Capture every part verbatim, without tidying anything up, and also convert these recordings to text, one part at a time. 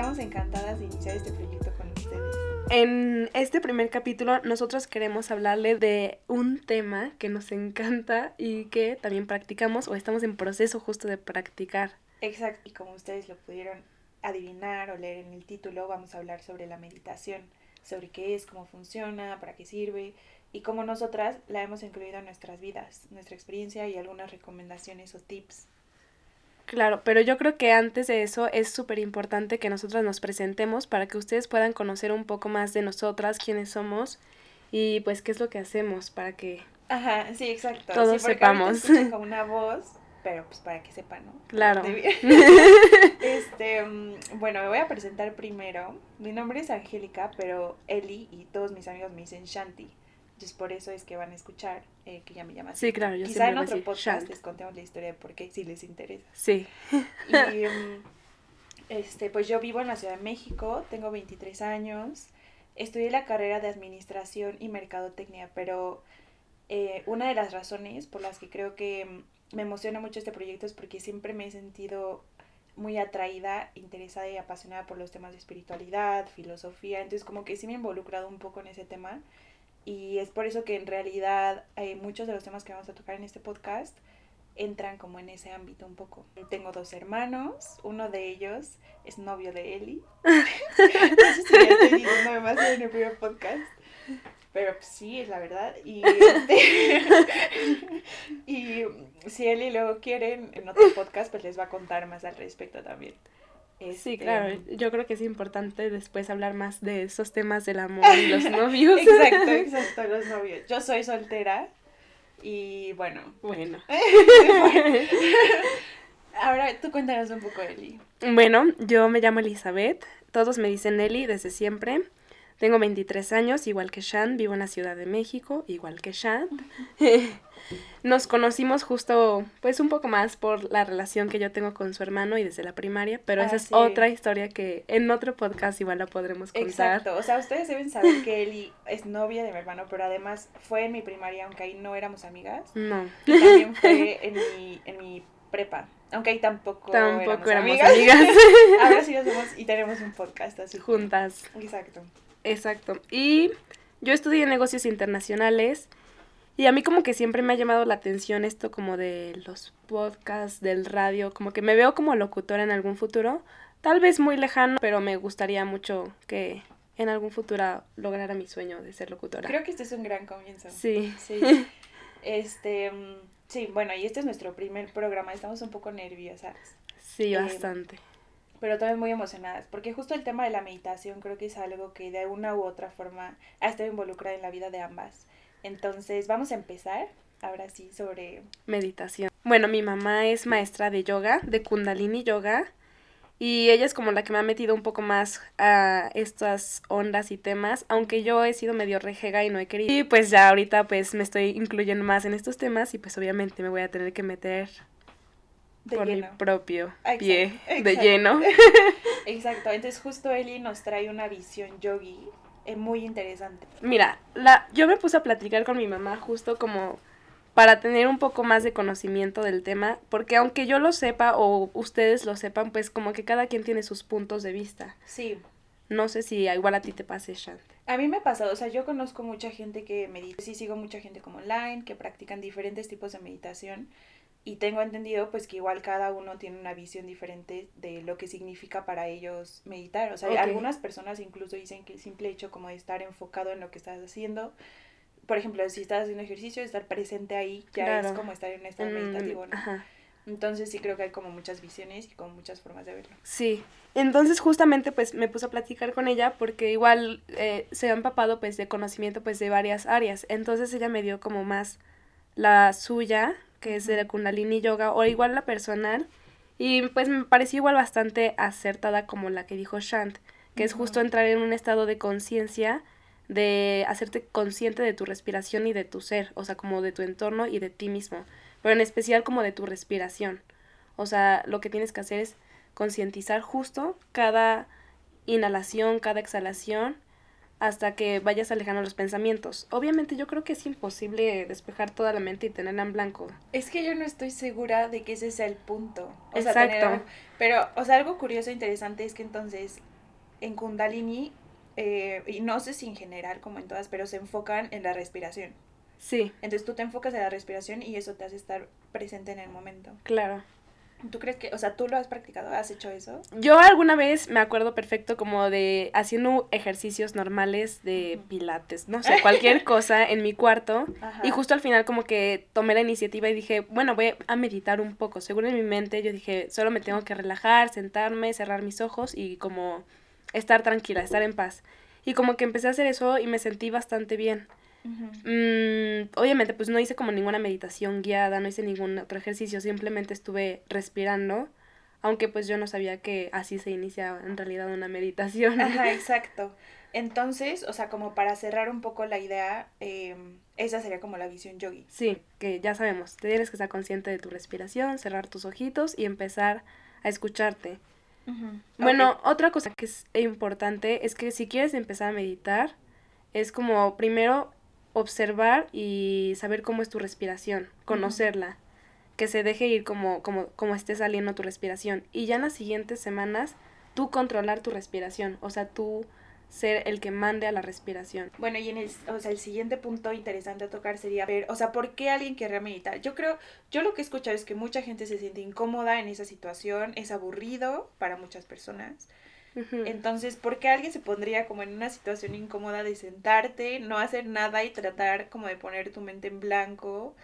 estamos encantadas de iniciar este proyecto con ustedes. En este primer capítulo nosotros queremos hablarle de un tema que nos encanta y que también practicamos o estamos en proceso justo de practicar. Exacto, y como ustedes lo pudieron adivinar o leer en el título, vamos a hablar sobre la meditación, sobre qué es, cómo funciona, para qué sirve y cómo nosotras la hemos incluido en nuestras vidas, nuestra experiencia y algunas recomendaciones o tips. Claro, pero yo creo que antes de eso es súper importante que nosotras nos presentemos para que ustedes puedan conocer un poco más de nosotras, quiénes somos y pues qué es lo que hacemos para que Ajá, sí, exacto. todos sí, porque sepamos. ahorita escuchan como una voz, pero pues para que sepan, ¿no? Claro. este, um, bueno, me voy a presentar primero. Mi nombre es Angélica, pero Eli y todos mis amigos me dicen Shanti. Entonces por eso es que van a escuchar eh, que ya me llaman así. Sí, claro, yo Quizá en siempre voy a otro decir podcast Shant. les contemos la historia de por qué, si les interesa. Sí. Y um, este, pues yo vivo en la Ciudad de México, tengo veintitrés años, estudié la carrera de Administración y Mercadotecnia, pero eh, una de las razones por las que creo que mm, me emociona mucho este proyecto es porque siempre me he sentido muy atraída, interesada y apasionada por los temas de espiritualidad, filosofía, entonces como que sí me he involucrado un poco en ese tema y es por eso que en realidad eh, muchos de los temas que vamos a tocar en este podcast entran como en ese ámbito un poco. Tengo dos hermanos, uno de ellos es novio de Eli. No sé si ya estoy diciendo demasiado en el primer podcast, pero pues, sí, es la verdad. Y, este, y si Eli luego quieren en otro podcast, pues les va a contar más al respecto también. Este... Sí, claro, yo creo que es importante después hablar más de esos temas del amor y los novios. Exacto, exacto, los novios. Yo soy soltera y bueno. Bueno. Ahora tú cuéntanos un poco, Eli. Bueno, yo me llamo Elizabeth, todos me dicen Eli desde siempre. Tengo veintitrés años, igual que Shant, vivo en la Ciudad de México, igual que Shant. Nos conocimos justo, pues un poco más por la relación que yo tengo con su hermano y desde la primaria, pero ah, esa es sí. otra historia que en otro podcast igual la podremos contar. Exacto, o sea, ustedes deben saber que Eli es novia de mi hermano, pero además fue en mi primaria, aunque ahí no éramos amigas. No. Y también fue en mi, en mi prepa, aunque ahí tampoco, tampoco éramos, éramos amigas. amigas. Ahora sí lo somos y tenemos un podcast así. Juntas. Exacto. Exacto. Y yo estudié negocios internacionales y a mí como que siempre me ha llamado la atención esto como de los podcasts, del radio, como que me veo como locutora en algún futuro, tal vez muy lejano, pero me gustaría mucho que en algún futuro lograra mi sueño de ser locutora. Creo que este es un gran comienzo. Sí. Sí. Este, sí, bueno, y este es nuestro primer programa, estamos un poco nerviosas. Sí, bastante. Eh, pero también muy emocionadas, porque justo el tema de la meditación creo que es algo que de una u otra forma ha estado involucrada en la vida de ambas. Entonces vamos a empezar ahora sí sobre... meditación. Bueno, mi mamá es maestra de yoga, de Kundalini Yoga, y ella es como la que me ha metido un poco más a estas ondas y temas, aunque yo he sido medio rejega y no he querido. Y pues ya ahorita pues me estoy incluyendo más en estos temas y pues obviamente me voy a tener que meter de por lleno. mi propio exacto, pie exacto. de lleno. Exacto, entonces justo Eli nos trae una visión yogi eh, muy interesante. Mira, la, yo me puse a platicar con mi mamá justo como para tener un poco más de conocimiento del tema, porque aunque yo lo sepa o ustedes lo sepan, pues como que cada quien tiene sus puntos de vista. Sí. No sé si igual a ti te pase, Shant. A mí me ha pasado, o sea, yo conozco mucha gente que medita, sí sigo mucha gente como online, que practican diferentes tipos de meditación, y tengo entendido pues que igual cada uno tiene una visión diferente de lo que significa para ellos meditar. O sea, okay. Algunas personas incluso dicen que el simple hecho como de estar enfocado en lo que estás haciendo, por ejemplo, si estás haciendo ejercicio, estar presente ahí ya claro. es como estar en un estado mm, meditativo, ¿no? Ajá. Entonces sí creo que hay como muchas visiones y como muchas formas de verlo. Sí, entonces justamente pues me puse a platicar con ella porque igual eh, se ha empapado pues de conocimiento pues de varias áreas. Entonces ella me dio como más la suya, que es de la Kundalini Yoga, o igual la personal, y pues me pareció igual bastante acertada como la que dijo Shant, que uh-huh. es justo entrar en un estado de conciencia, de hacerte consciente de tu respiración y de tu ser, o sea, como de tu entorno y de ti mismo, pero en especial como de tu respiración. O sea, lo que tienes que hacer es concientizar justo cada inhalación, cada exhalación, hasta que vayas alejando los pensamientos. Obviamente yo creo que es imposible despejar toda la mente y tenerla en blanco. Es que yo no estoy segura de que ese sea el punto. O Exacto. Sea, tener, pero, o sea, algo curioso e interesante es que entonces en Kundalini, eh, y no sé si en general como en todas, pero se enfocan en la respiración. Sí. Entonces tú te enfocas en la respiración y eso te hace estar presente en el momento. Claro. ¿Tú crees que, o sea, tú lo has practicado? ¿Has hecho eso? Yo alguna vez me acuerdo perfecto como de haciendo ejercicios normales de uh-huh. pilates, no sé, cualquier cosa en mi cuarto. Ajá. Y justo al final como que tomé la iniciativa y dije, bueno, voy a meditar un poco. Según en mi mente yo dije, solo me tengo que relajar, sentarme, cerrar mis ojos y como estar tranquila, estar en paz. Y como que empecé a hacer eso y me sentí bastante bien. Uh-huh. Mm, obviamente pues no hice como ninguna meditación guiada, no hice ningún otro ejercicio, simplemente estuve respirando, aunque pues yo no sabía que así se inicia en realidad una meditación. Ajá, exacto. Entonces, o sea, como para cerrar un poco la idea, eh, esa sería como la visión yogi. Sí, que ya sabemos, te tienes que estar consciente de tu respiración, cerrar tus ojitos y empezar a escucharte. Uh-huh. Bueno, okay. Otra cosa que es importante es que si quieres empezar a meditar, es como primero observar y saber cómo es tu respiración, conocerla, uh-huh. que se deje ir como, como, como esté saliendo tu respiración. Y ya en las siguientes semanas, tú controlar tu respiración, o sea, tú ser el que mande a la respiración. Bueno, y en el, o sea, el siguiente punto interesante a tocar sería ver, o sea, ¿por qué alguien querría meditar? Yo creo, yo lo que he escuchado es que mucha gente se siente incómoda en esa situación, es aburrido para muchas personas. Uh-huh. Entonces, ¿por qué alguien se pondría como en una situación incómoda de sentarte, no hacer nada y tratar como de poner tu mente en blanco?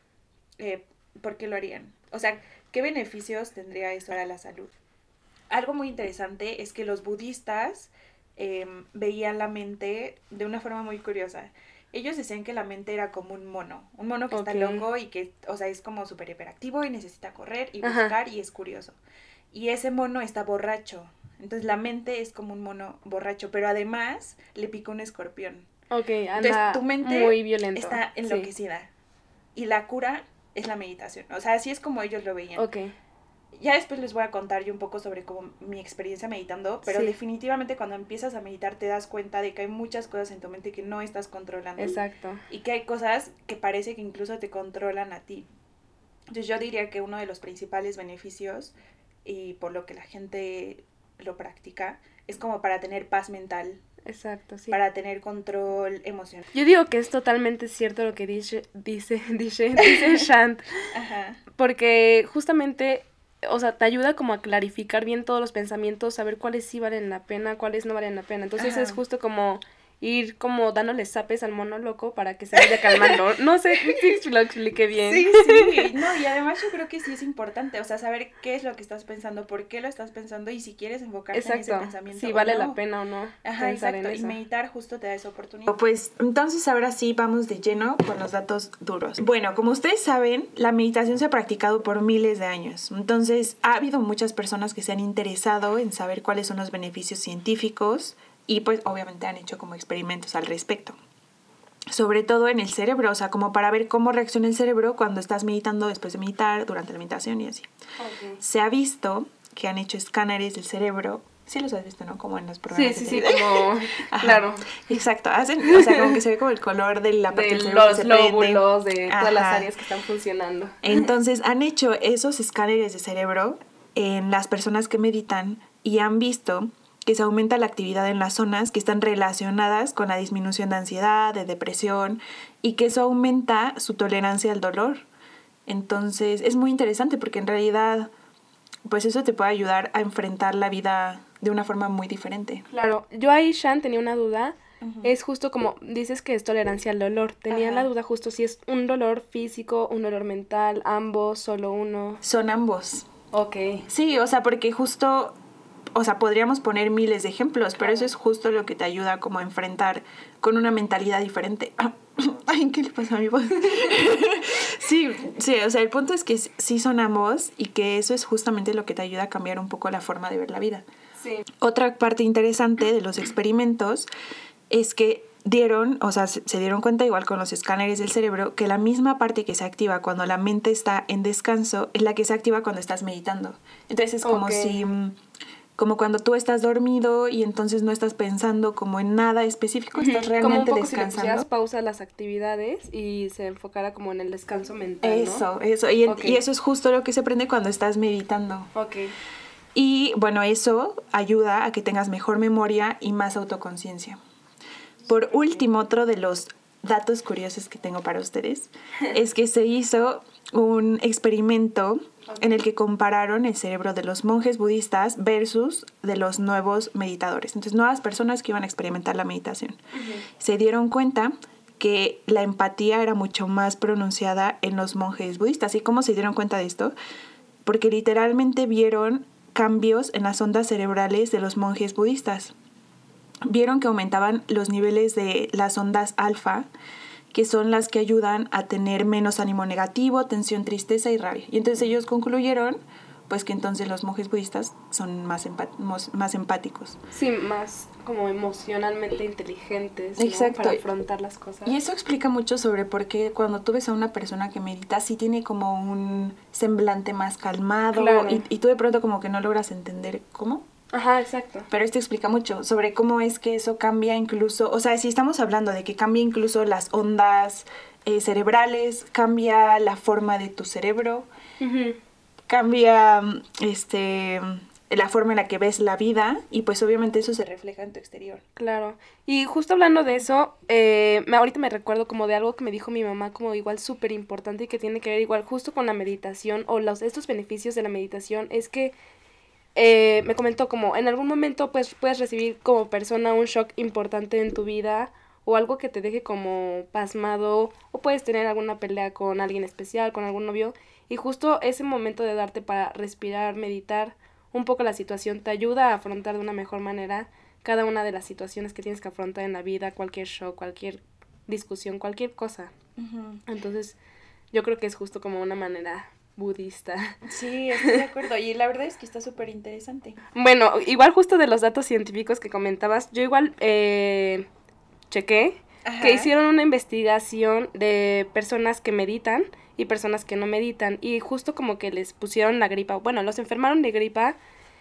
Eh, ¿Por qué lo harían? O sea, ¿qué beneficios tendría eso para la salud? Algo muy interesante es que los budistas eh, veían la mente de una forma muy curiosa. Ellos decían que la mente era como un mono, un mono que okay. está loco y que, o sea, es como súper hiperactivo y necesita correr y buscar. Ajá. Y es curioso. Y ese mono está borracho. Entonces la mente es como un mono borracho, pero además le pica un escorpión. Ok, anda Entonces tu mente muy violento. está enloquecida. Sí. Y la cura es la meditación. O sea, así es como ellos lo veían. Ok. Ya después les voy a contar yo un poco sobre como mi experiencia meditando, pero sí. definitivamente cuando empiezas a meditar te das cuenta de que hay muchas cosas en tu mente que no estás controlando. Exacto. Y que hay cosas que parece que incluso te controlan a ti. Entonces yo diría que uno de los principales beneficios, y por lo que la gente lo practica, es como para tener paz mental. Exacto, sí. Para tener control emocional. Yo digo que es totalmente cierto lo que dice, dice, dice, dice Shant. Ajá. Porque justamente, o sea, te ayuda como a clarificar bien todos los pensamientos, saber cuáles sí valen la pena, cuáles no valen la pena. Entonces Ajá. es justo como ir como dándole zapes al mono loco para que se vaya calmando. No sé si lo expliqué bien. Sí, sí. No, y además yo creo que sí es importante, o sea, saber qué es lo que estás pensando, por qué lo estás pensando y si quieres enfocarte exacto. en ese pensamiento. Si vale no. la pena o no. Ajá, pensar exacto. En eso. Y meditar justo te da esa oportunidad. Pues entonces ahora sí vamos de lleno con los datos duros. Bueno, como ustedes saben, la meditación se ha practicado por miles de años. Entonces ha habido muchas personas que se han interesado en saber cuáles son los beneficios científicos y pues obviamente han hecho como experimentos al respecto. Sobre todo en el cerebro, o sea, como para ver cómo reacciona el cerebro cuando estás meditando, después de meditar, durante la meditación y así. Okay. Se ha visto que han hecho escáneres del cerebro. Sí los has visto, ¿no? Como en los programas. Sí, sí, sí, como... Claro. Exacto. Hacen, o sea, como que se ve como el color de la parte de del cerebro los lóbulos, de todas Ajá. las áreas que están funcionando. Entonces, han hecho esos escáneres de cerebro en las personas que meditan y han visto que se aumenta la actividad en las zonas que están relacionadas con la disminución de ansiedad, de depresión, y que eso aumenta su tolerancia al dolor. Entonces, es muy interesante porque en realidad, pues eso te puede ayudar a enfrentar la vida de una forma muy diferente. Claro, yo ahí, Shan, tenía una duda. Uh-huh. Es justo como, dices que es tolerancia al dolor. Tenía Ajá. la duda justo si es un dolor físico, un dolor mental, ambos, solo uno. Son ambos. Ok. Sí, o sea, porque justo... O sea, podríamos poner miles de ejemplos, pero eso es justo lo que te ayuda como a enfrentar con una mentalidad diferente. Ay, ¿qué le pasa a mi voz? sí, sí, o sea, el punto es que sí son ambos y que eso es justamente lo que te ayuda a cambiar un poco la forma de ver la vida. Sí. Otra parte interesante de los experimentos es que dieron, o sea, se dieron cuenta igual con los escáneres del cerebro que la misma parte que se activa cuando la mente está en descanso es la que se activa cuando estás meditando. Entonces es como okay. si... como cuando tú estás dormido y entonces no estás pensando como en nada específico, estás realmente como un poco descansando. Si le pusieras pausa a las actividades y se enfocara como en el descanso mental, ¿no? Eso, eso. Y, okay. y eso es justo lo que se aprende cuando estás meditando. Ok. Y bueno, eso ayuda a que tengas mejor memoria y más autoconciencia. Por okay. último, otro de los datos curiosos que tengo para ustedes es que se hizo un experimento okay. en el que compararon el cerebro de los monjes budistas versus de los nuevos meditadores. Entonces, nuevas personas que iban a experimentar la meditación. Uh-huh. Se dieron cuenta que la empatía era mucho más pronunciada en los monjes budistas. ¿Y cómo se dieron cuenta de esto? Porque literalmente vieron cambios en las ondas cerebrales de los monjes budistas. Vieron que aumentaban los niveles de las ondas alfa, que son las que ayudan a tener menos ánimo negativo, tensión, tristeza y rabia. Y entonces ellos concluyeron pues que entonces los monjes budistas son más, empat- más empáticos. Sí, más como emocionalmente inteligentes, ¿no? Exacto. Para afrontar las cosas. Y eso explica mucho sobre por qué cuando tú ves a una persona que medita, sí tiene como un semblante más calmado. Claro. y, y tú de pronto como que no logras entender cómo. Ajá, exacto. Pero esto explica mucho sobre cómo es que eso cambia incluso, o sea, si estamos hablando de que cambia incluso las ondas eh, cerebrales, cambia la forma de tu cerebro, uh-huh. cambia este la forma en la que ves la vida y pues obviamente eso se refleja en tu exterior. Claro. Y justo hablando de eso, eh, ahorita me recuerdo como de algo que me dijo mi mamá como igual súper importante y que tiene que ver igual justo con la meditación o los estos beneficios de la meditación, es que eh, me comentó como en algún momento pues puedes recibir como persona un shock importante en tu vida o algo que te deje como pasmado o puedes tener alguna pelea con alguien especial, con algún novio y justo ese momento de darte para respirar, meditar un poco la situación te ayuda a afrontar de una mejor manera cada una de las situaciones que tienes que afrontar en la vida, cualquier shock, cualquier discusión, cualquier cosa. Uh-huh. Entonces yo creo que es justo como una manera budista. Sí, estoy de acuerdo. Y la verdad es que está súper interesante. Bueno, igual justo de los datos científicos que comentabas, yo igual eh, chequé Ajá. que hicieron una investigación de personas que meditan y personas que no meditan. Y justo como que les pusieron la gripa, bueno, los enfermaron de gripa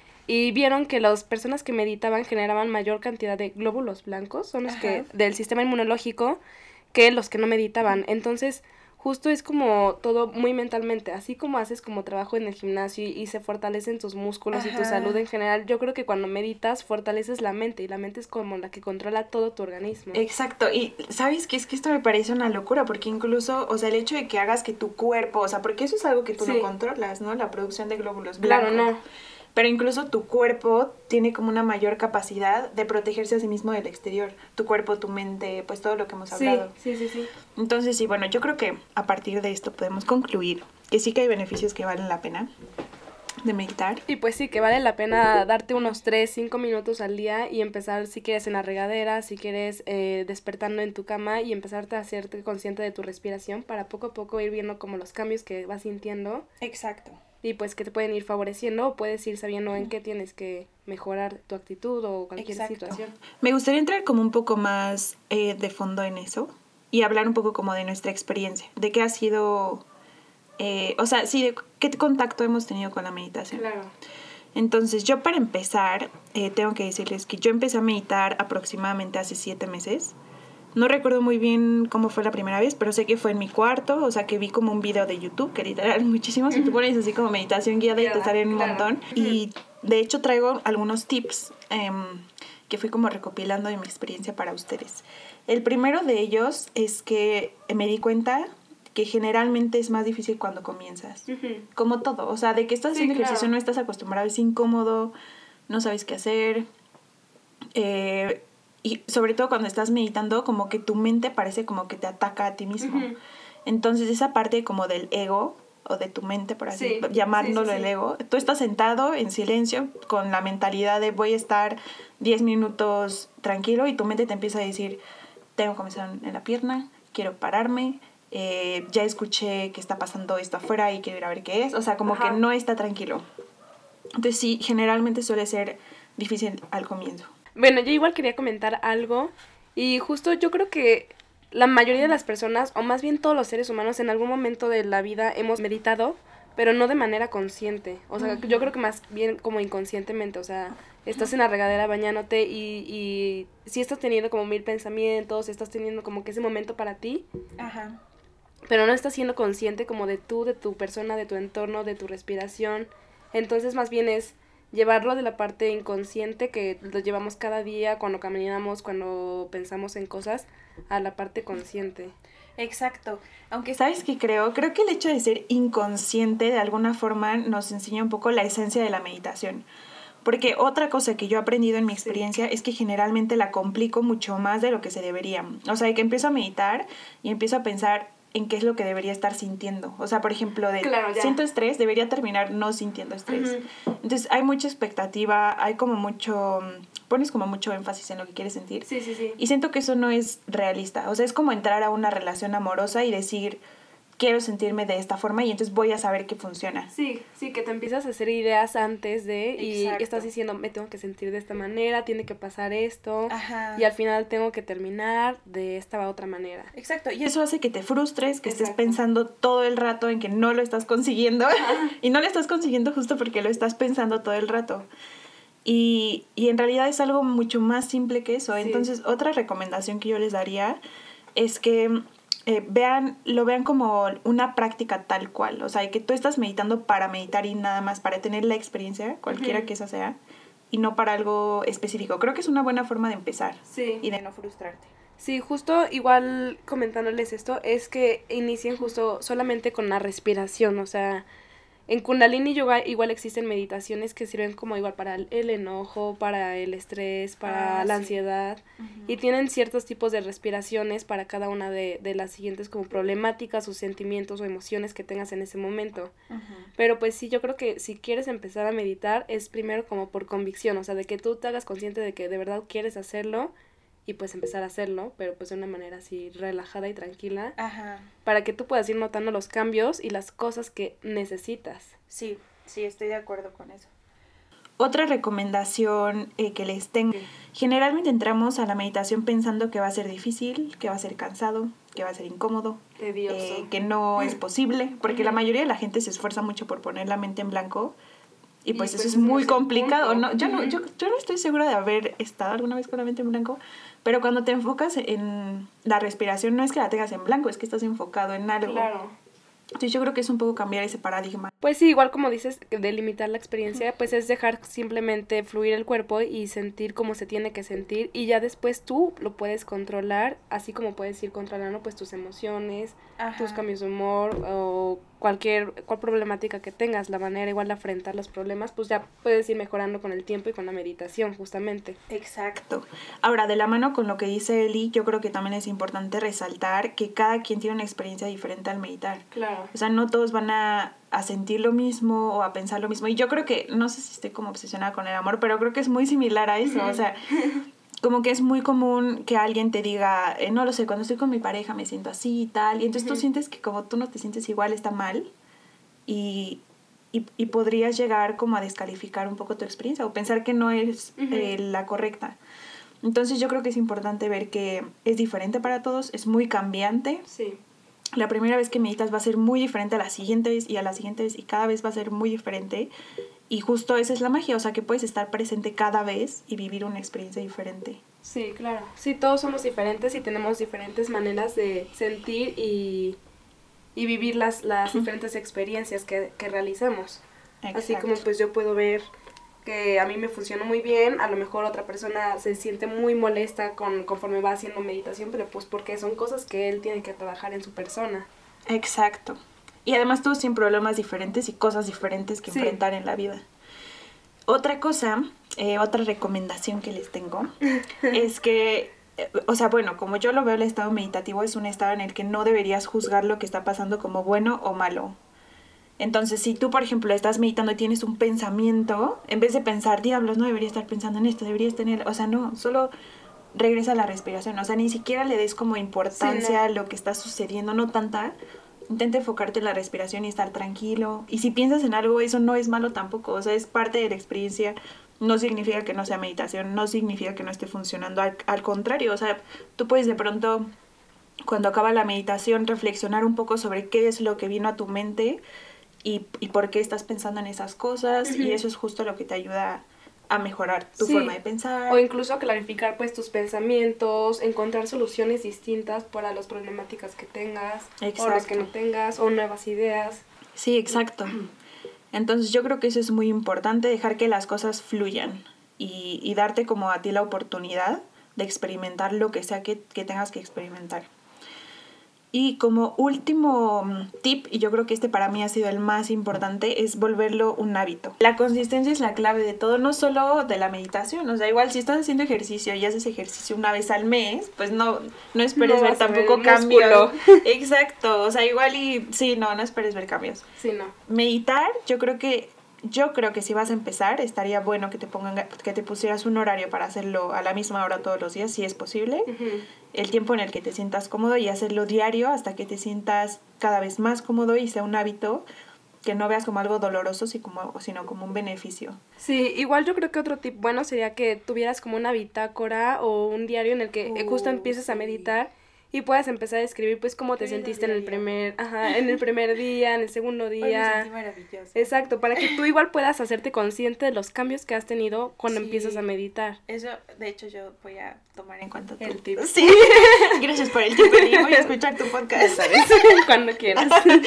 y vieron que las personas que meditaban generaban mayor cantidad de glóbulos blancos, son los Ajá. que del sistema inmunológico, que los que no meditaban. Entonces justo es como todo muy mentalmente, así como haces como trabajo en el gimnasio y, y se fortalecen tus músculos Ajá. y tu salud en general, yo creo que cuando meditas fortaleces la mente y la mente es como la que controla todo tu organismo. Exacto, y ¿sabes qué? Es que esto me parece una locura, porque incluso, o sea, el hecho de que hagas que tu cuerpo, o sea, porque eso es algo que tú sí. no controlas, ¿no? La producción de glóbulos blancos. Claro, no. Pero incluso tu cuerpo tiene como una mayor capacidad de protegerse a sí mismo del exterior. Tu cuerpo, tu mente, pues todo lo que hemos hablado. Sí, sí, sí, sí. Entonces, sí, bueno, yo creo que a partir de esto podemos concluir que sí que hay beneficios que valen la pena de meditar. Y pues sí, que vale la pena darte unos tres, cinco minutos al día y empezar, si quieres, en la regadera, si quieres, eh, despertando en tu cama y empezarte a hacerte consciente de tu respiración para poco a poco ir viendo como los cambios que vas sintiendo. Exacto. Y pues que te pueden ir favoreciendo o puedes ir sabiendo en qué tienes que mejorar tu actitud o cualquier Exacto. situación. Me gustaría entrar como un poco más eh, de fondo en eso y hablar un poco como de nuestra experiencia, de qué ha sido, eh, o sea, sí, de qué contacto hemos tenido con la meditación. Claro. Entonces, yo para empezar, eh, tengo que decirles que yo empecé a meditar aproximadamente hace siete meses. No recuerdo muy bien cómo fue la primera vez, pero sé que fue en mi cuarto, o sea, que vi como un video de YouTube, que literal muchísimos, si tú pones así como meditación guiada y te salen un claro. montón. Y de hecho traigo algunos tips eh, que fui como recopilando de mi experiencia para ustedes. El primero de ellos es que me di cuenta que generalmente es más difícil cuando comienzas, uh-huh. como todo, o sea, de que estás sí, haciendo claro. ejercicio, no estás acostumbrado, es incómodo, no sabes qué hacer, eh... Y sobre todo cuando estás meditando, como que tu mente parece como que te ataca a ti mismo. Uh-huh. Entonces esa parte como del ego, o de tu mente, por así sí, llamándolo sí, sí, el sí. ego, tú estás sentado en silencio con la mentalidad de voy a estar diez minutos tranquilo y tu mente te empieza a decir, tengo comezón en la pierna, quiero pararme, eh, ya escuché que está pasando esto afuera y quiero ir a ver qué es. O sea, como Ajá. que no está tranquilo. Entonces sí, generalmente suele ser difícil al comienzo. Bueno, yo igual quería comentar algo y justo yo creo que la mayoría de las personas, o más bien todos los seres humanos, en algún momento de la vida hemos meditado, pero no de manera consciente. O sea, uh-huh. yo creo que más bien como inconscientemente, o sea, estás en la regadera bañándote y, y sí estás teniendo como mil pensamientos, estás teniendo como que ese momento para ti. Ajá. Pero no estás siendo consciente como de tú, de tu persona, de tu entorno, de tu respiración. Entonces más bien es llevarlo de la parte inconsciente que lo llevamos cada día cuando caminamos, cuando pensamos en cosas, a la parte consciente. Exacto. Aunque, ¿sabes qué creo? Creo que el hecho de ser inconsciente de alguna forma nos enseña un poco la esencia de la meditación. Porque otra cosa que yo he aprendido en mi experiencia sí. es que generalmente la complico mucho más de lo que se debería. O sea, que empiezo a meditar y empiezo a pensar en qué es lo que debería estar sintiendo. O sea, por ejemplo, de claro, siento estrés, debería terminar no sintiendo estrés. Uh-huh. Entonces hay mucha expectativa, hay como mucho, pones como mucho énfasis en lo que quieres sentir. Sí, sí, sí. Y siento que eso no es realista. O sea, es como entrar a una relación amorosa y decir, quiero sentirme de esta forma y entonces voy a saber que funciona. Sí, sí, que te empiezas a hacer ideas antes de y Exacto. estás diciendo, me tengo que sentir de esta manera, tiene que pasar esto. Ajá. Y al final tengo que terminar de esta otra manera. Exacto, y eso hace que te frustres, que Exacto. estés pensando todo el rato en que no lo estás consiguiendo y no lo estás consiguiendo justo porque lo estás pensando todo el rato. Y, y en realidad es algo mucho más simple que eso. Sí. Entonces, otra recomendación que yo les daría es que Eh, vean, lo vean como una práctica tal cual, o sea, que tú estás meditando para meditar y nada más, para tener la experiencia, cualquiera uh-huh. que esa sea, y no para algo específico. Creo que es una buena forma de empezar sí. y de no frustrarte. Sí, justo igual comentándoles esto, es que inicien justo solamente con la respiración, o sea, en Kundalini Yoga igual existen meditaciones que sirven como igual para el enojo, para el estrés, para ah, la sí. ansiedad. Uh-huh. Y tienen ciertos tipos de respiraciones para cada una de, de las siguientes como problemáticas o sentimientos o emociones que tengas en ese momento. Uh-huh. Pero pues sí, yo creo que si quieres empezar a meditar es primero como por convicción, o sea, de que tú te hagas consciente de que de verdad quieres hacerlo y pues empezar a hacerlo, pero pues de una manera así relajada y tranquila. Ajá. Para que tú puedas ir notando los cambios y las cosas que necesitas. Sí, sí, estoy de acuerdo con eso. Otra recomendación eh, que les tengo. Sí. Generalmente entramos a la meditación pensando que va a ser difícil, que va a ser cansado, que va a ser incómodo, tedioso, eh, que no es posible, porque uh-huh. la mayoría de la gente se esfuerza mucho por poner la mente en blanco. Y pues, y pues eso es muy complicado. No, yo, no, yo, yo no estoy segura de haber estado alguna vez con la mente en blanco, pero cuando te enfocas en la respiración no es que la tengas en blanco, es que estás enfocado en algo. Claro. Entonces yo creo que es un poco cambiar ese paradigma. Pues sí, igual como dices, delimitar la experiencia, pues es dejar simplemente fluir el cuerpo y sentir como se tiene que sentir y ya después tú lo puedes controlar, así como puedes ir controlando pues tus emociones, Ajá. tus cambios de humor o cualquier cual problemática que tengas, la manera igual de afrontar los problemas, pues ya puedes ir mejorando con el tiempo y con la meditación justamente. Exacto. Ahora, de la mano con lo que dice Eli, yo creo que también es importante resaltar que cada quien tiene una experiencia diferente al meditar. Claro. O sea, no todos van a, a sentir lo mismo o a pensar lo mismo. Y yo creo que, no sé si estoy como obsesionada con el amor, pero creo que es muy similar a eso. O sea, como que es muy común que alguien te diga, eh, no lo sé, cuando estoy con mi pareja me siento así y tal. Y entonces uh-huh. tú sientes que como tú no te sientes igual, está mal. Y, y, y podrías llegar como a descalificar un poco tu experiencia o pensar que no es uh-huh. eh, la correcta. Entonces yo creo que es importante ver que es diferente para todos, es muy cambiante. Sí. La primera vez que meditas va a ser muy diferente a la siguiente vez y a la siguiente vez y cada vez va a ser muy diferente. Y justo esa es la magia, o sea que puedes estar presente cada vez y vivir una experiencia diferente. Sí, claro. Sí, todos somos diferentes y tenemos diferentes maneras de sentir y, y vivir las, las diferentes experiencias que, que realizamos. Exacto. Así como pues yo puedo ver que a mí me funcionó muy bien, a lo mejor otra persona se siente muy molesta con, conforme va haciendo meditación, pero pues porque son cosas que él tiene que trabajar en su persona. Exacto. Y además todos tienen problemas diferentes y cosas diferentes que sí. enfrentar en la vida. Otra cosa, eh, otra recomendación que les tengo es que, eh, o sea, bueno, como yo lo veo, el estado meditativo es un estado en el que no deberías juzgar lo que está pasando como bueno o malo. Entonces, si tú, por ejemplo, estás meditando y tienes un pensamiento, en vez de pensar, diablos, no debería estar pensando en esto, deberías tener, o sea, no, solo regresa a la respiración, o sea, ni siquiera le des como importancia sí, no. a lo que está sucediendo, no tanta. Intenta enfocarte en la respiración y estar tranquilo. Y si piensas en algo, eso no es malo tampoco, o sea, es parte de la experiencia. No significa que no sea meditación, no significa que no esté funcionando, al, al contrario, o sea, tú puedes de pronto, cuando acaba la meditación, reflexionar un poco sobre qué es lo que vino a tu mente y, y por qué estás pensando en esas cosas, uh-huh. y eso es justo lo que te ayuda a mejorar tu sí. forma de pensar. O incluso clarificar pues tus pensamientos, encontrar soluciones distintas para las problemáticas que tengas, exacto. O las que no tengas, o nuevas ideas. Sí, exacto. Entonces yo creo que eso es muy importante, dejar que las cosas fluyan y, y darte como a ti la oportunidad de experimentar lo que sea que, que tengas que experimentar. Y como último tip, y yo creo que este para mí ha sido el más importante, es volverlo un hábito. La consistencia es la clave de todo, no solo de la meditación. O sea, igual si estás haciendo ejercicio y haces ejercicio una vez al mes, pues no, no esperes no ver tampoco ver cambios. Exacto, o sea, igual y sí, no, no esperes ver cambios. Sí, no. Meditar, yo creo que Yo creo que si vas a empezar, estaría bueno que te pongan, que te pusieras un horario para hacerlo a la misma hora todos los días, si es posible. Uh-huh. El tiempo en el que te sientas cómodo y hacerlo diario hasta que te sientas cada vez más cómodo y sea un hábito que no veas como algo doloroso, sino como un beneficio. Sí, igual yo creo que otro tip bueno sería que tuvieras como una bitácora o un diario en el que uh, justo empieces sí. a meditar y puedas empezar a escribir pues cómo te Pero sentiste en el primer, ajá, en el primer día, en el segundo día. Hoy me sentí maravillosa. Exacto, para que tú igual puedas hacerte consciente de los cambios que has tenido cuando sí. empiezas a meditar. Eso, de hecho, yo voy a tomar en cuenta tu el tip. Sí. Gracias por el tip, y voy a escuchar tu podcast, ¿sabes? Cuando quieras.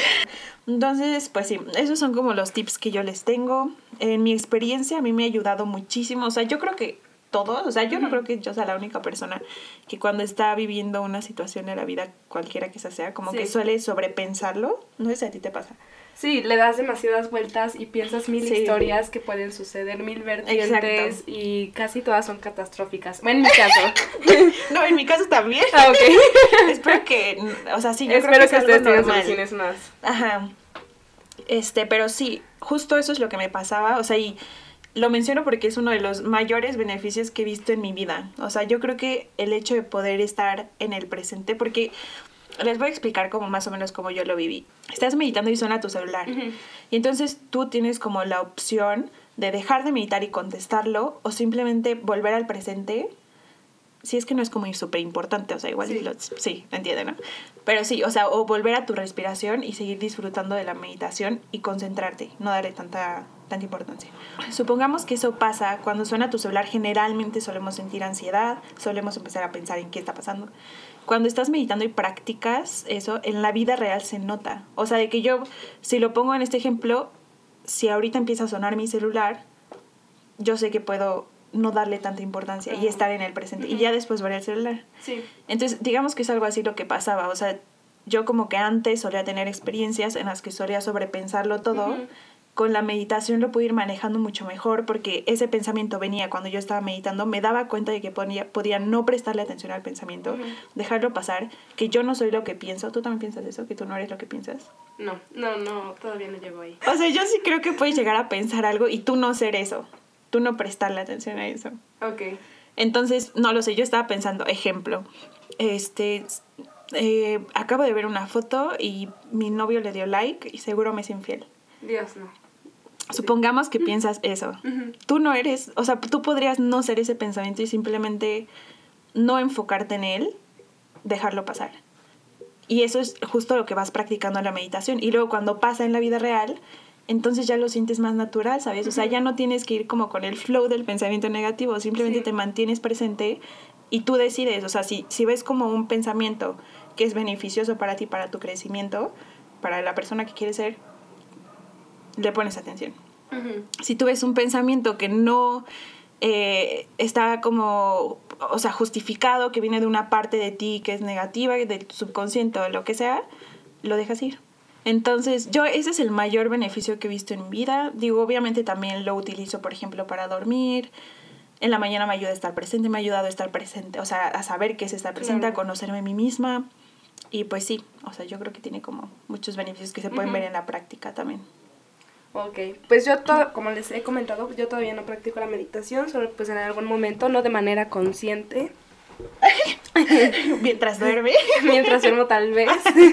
Entonces, pues sí, esos son como los tips que yo les tengo. En mi experiencia a mí me ha ayudado muchísimo, o sea, yo creo que todos, o sea, yo no creo que yo sea la única persona que cuando está viviendo una situación en la vida, cualquiera que esa sea, como sí. que suele sobrepensarlo. No sé si a ti te pasa. Sí, le das demasiadas vueltas y piensas mil sí. historias que pueden suceder, mil vertientes. Exacto. Y casi todas son catastróficas. Bueno, en mi caso. No, en mi caso también. Ah, ok. Espero que, o sea, sí, yo Espero creo que, que ustedes tengan soluciones más. Ajá. Este, pero sí, justo eso es lo que me pasaba, o sea, y lo menciono porque es uno de los mayores beneficios que he visto en mi vida. O sea, yo creo que el hecho de poder estar en el presente, porque les voy a explicar como más o menos cómo yo lo viví. Estás meditando y suena tu celular. Uh-huh. Y entonces tú tienes como la opción de dejar de meditar y contestarlo o simplemente volver al presente. Si es que no es como súper importante, o sea, igual sí, lo, sí entienden, ¿no? Pero sí, o sea, o volver a tu respiración y seguir disfrutando de la meditación y concentrarte, no darle tanta, tanta importancia. Supongamos que eso pasa cuando suena tu celular, generalmente solemos sentir ansiedad, solemos empezar a pensar en qué está pasando. Cuando estás meditando y practicas eso, en la vida real se nota. O sea, de que yo, si lo pongo en este ejemplo, si ahorita empieza a sonar mi celular, yo sé que puedo no darle tanta importancia uh-huh. y estar en el presente. Uh-huh. Y ya después ver el celular. Sí. Entonces, digamos que es algo así lo que pasaba. O sea, yo como que antes solía tener experiencias en las que solía sobrepensarlo todo. Uh-huh. Con la meditación lo pude ir manejando mucho mejor porque ese pensamiento venía cuando yo estaba meditando. Me daba cuenta de que podía, podía no prestarle atención al pensamiento, uh-huh. dejarlo pasar, que yo no soy lo que pienso. ¿Tú también piensas eso? ¿Que tú no eres lo que piensas? No, no, no, todavía no llego ahí. O sea, yo sí creo que puedes llegar a pensar algo y tú no ser eso. Tú no prestarle atención a eso. Ok. Entonces, no lo sé, yo estaba pensando, ejemplo, este, eh, acabo de ver una foto y mi novio le dio like y seguro me es infiel. Dios, no. Supongamos que piensas eso. Uh-huh. Tú no eres, o sea, tú podrías no ser ese pensamiento y simplemente no enfocarte en él, dejarlo pasar. Y eso es justo lo que vas practicando en la meditación. Y luego cuando pasa en la vida real, entonces ya lo sientes más natural, ¿sabes? O sea, ya no tienes que ir como con el flow del pensamiento negativo, simplemente sí. te mantienes presente y tú decides, o sea, si, si ves como un pensamiento que es beneficioso para ti, para tu crecimiento, para la persona que quieres ser, le pones atención. Uh-huh. Si tú ves un pensamiento que no eh, está como, o sea, justificado, que viene de una parte de ti que es negativa, de tu subconsciente o lo que sea, lo dejas ir. Entonces, yo ese es el mayor beneficio que he visto en mi vida. Digo, obviamente también lo utilizo, por ejemplo, para dormir. En la mañana me ayuda a estar presente, me ha ayudado a estar presente, o sea, a saber qué es estar presente, claro. a conocerme a mí misma. Y pues sí, o sea, yo creo que tiene como muchos beneficios que se pueden uh-huh. ver en la práctica también. Ok, pues yo, to- como les he comentado, yo todavía no practico la meditación, solo pues en algún momento, no de manera consciente. Mientras duerme. Mientras duermo tal vez.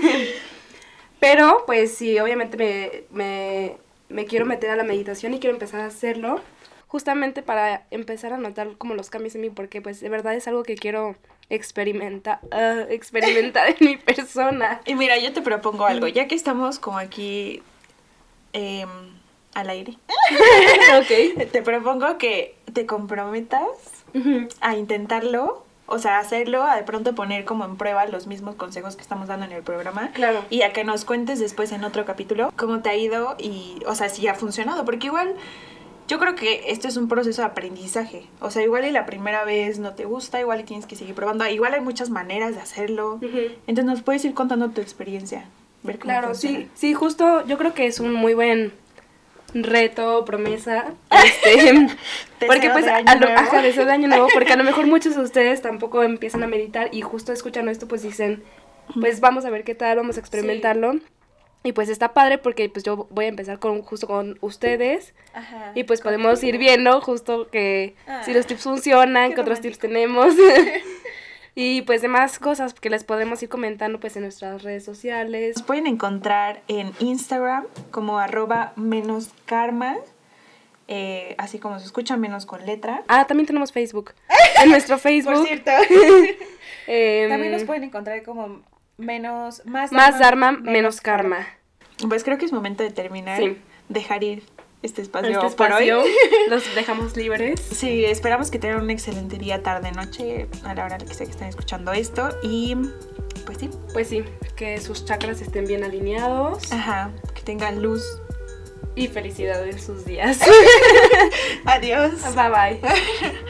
Pero, pues sí, obviamente me, me, me quiero meter a la meditación y quiero empezar a hacerlo justamente para empezar a notar como los cambios en mí, porque pues de verdad es algo que quiero experimentar, uh, experimentar en mi persona. Y mira, yo te propongo algo, ya que estamos como aquí eh, al aire. Ok. Te propongo que te comprometas Ujú. a intentarlo, o sea, hacerlo, a de pronto poner como en prueba los mismos consejos que estamos dando en el programa. Claro. Y a que nos cuentes después en otro capítulo cómo te ha ido y, o sea, si ha funcionado, porque igual yo creo que esto es un proceso de aprendizaje. O sea, igual y la primera vez no te gusta, igual y tienes que seguir probando. Igual hay muchas maneras de hacerlo. Ujú. Entonces nos puedes ir contando tu experiencia. Ver cómo Claro, funciona. sí, sí, justo yo creo que es un muy buen reto, promesa, este, porque Deseo pues de a año lo, nuevo. ajá, deseo de año nuevo, porque a lo mejor muchos de ustedes tampoco empiezan a meditar y justo escuchan esto pues dicen, pues vamos a ver qué tal, vamos a experimentarlo. Y pues está padre porque pues yo voy a empezar con justo con ustedes Ajá, y pues conmigo. podemos ir viendo justo que Ah, si los tips funcionan, qué qué otros tips romántico. tenemos y pues demás cosas que les podemos ir comentando pues en nuestras redes sociales. Nos pueden encontrar en Instagram como arroba menos karma, eh, así como se escucha, menos con letra. Ah, también tenemos Facebook. En nuestro Facebook. Por cierto. em, También nos pueden encontrar como menos, más Más Dharma, menos karma. Pues creo que es momento de terminar, Sí. dejar ir este espacio, Este por hoy. espacio los dejamos libres. Sí, esperamos que tengan un excelente día, tarde, noche, a la hora que sea que estén escuchando esto. Y pues sí, Pues sí, que sus chakras estén bien alineados ajá, que tengan luz. y felicidad en sus días. Adiós. Bye bye.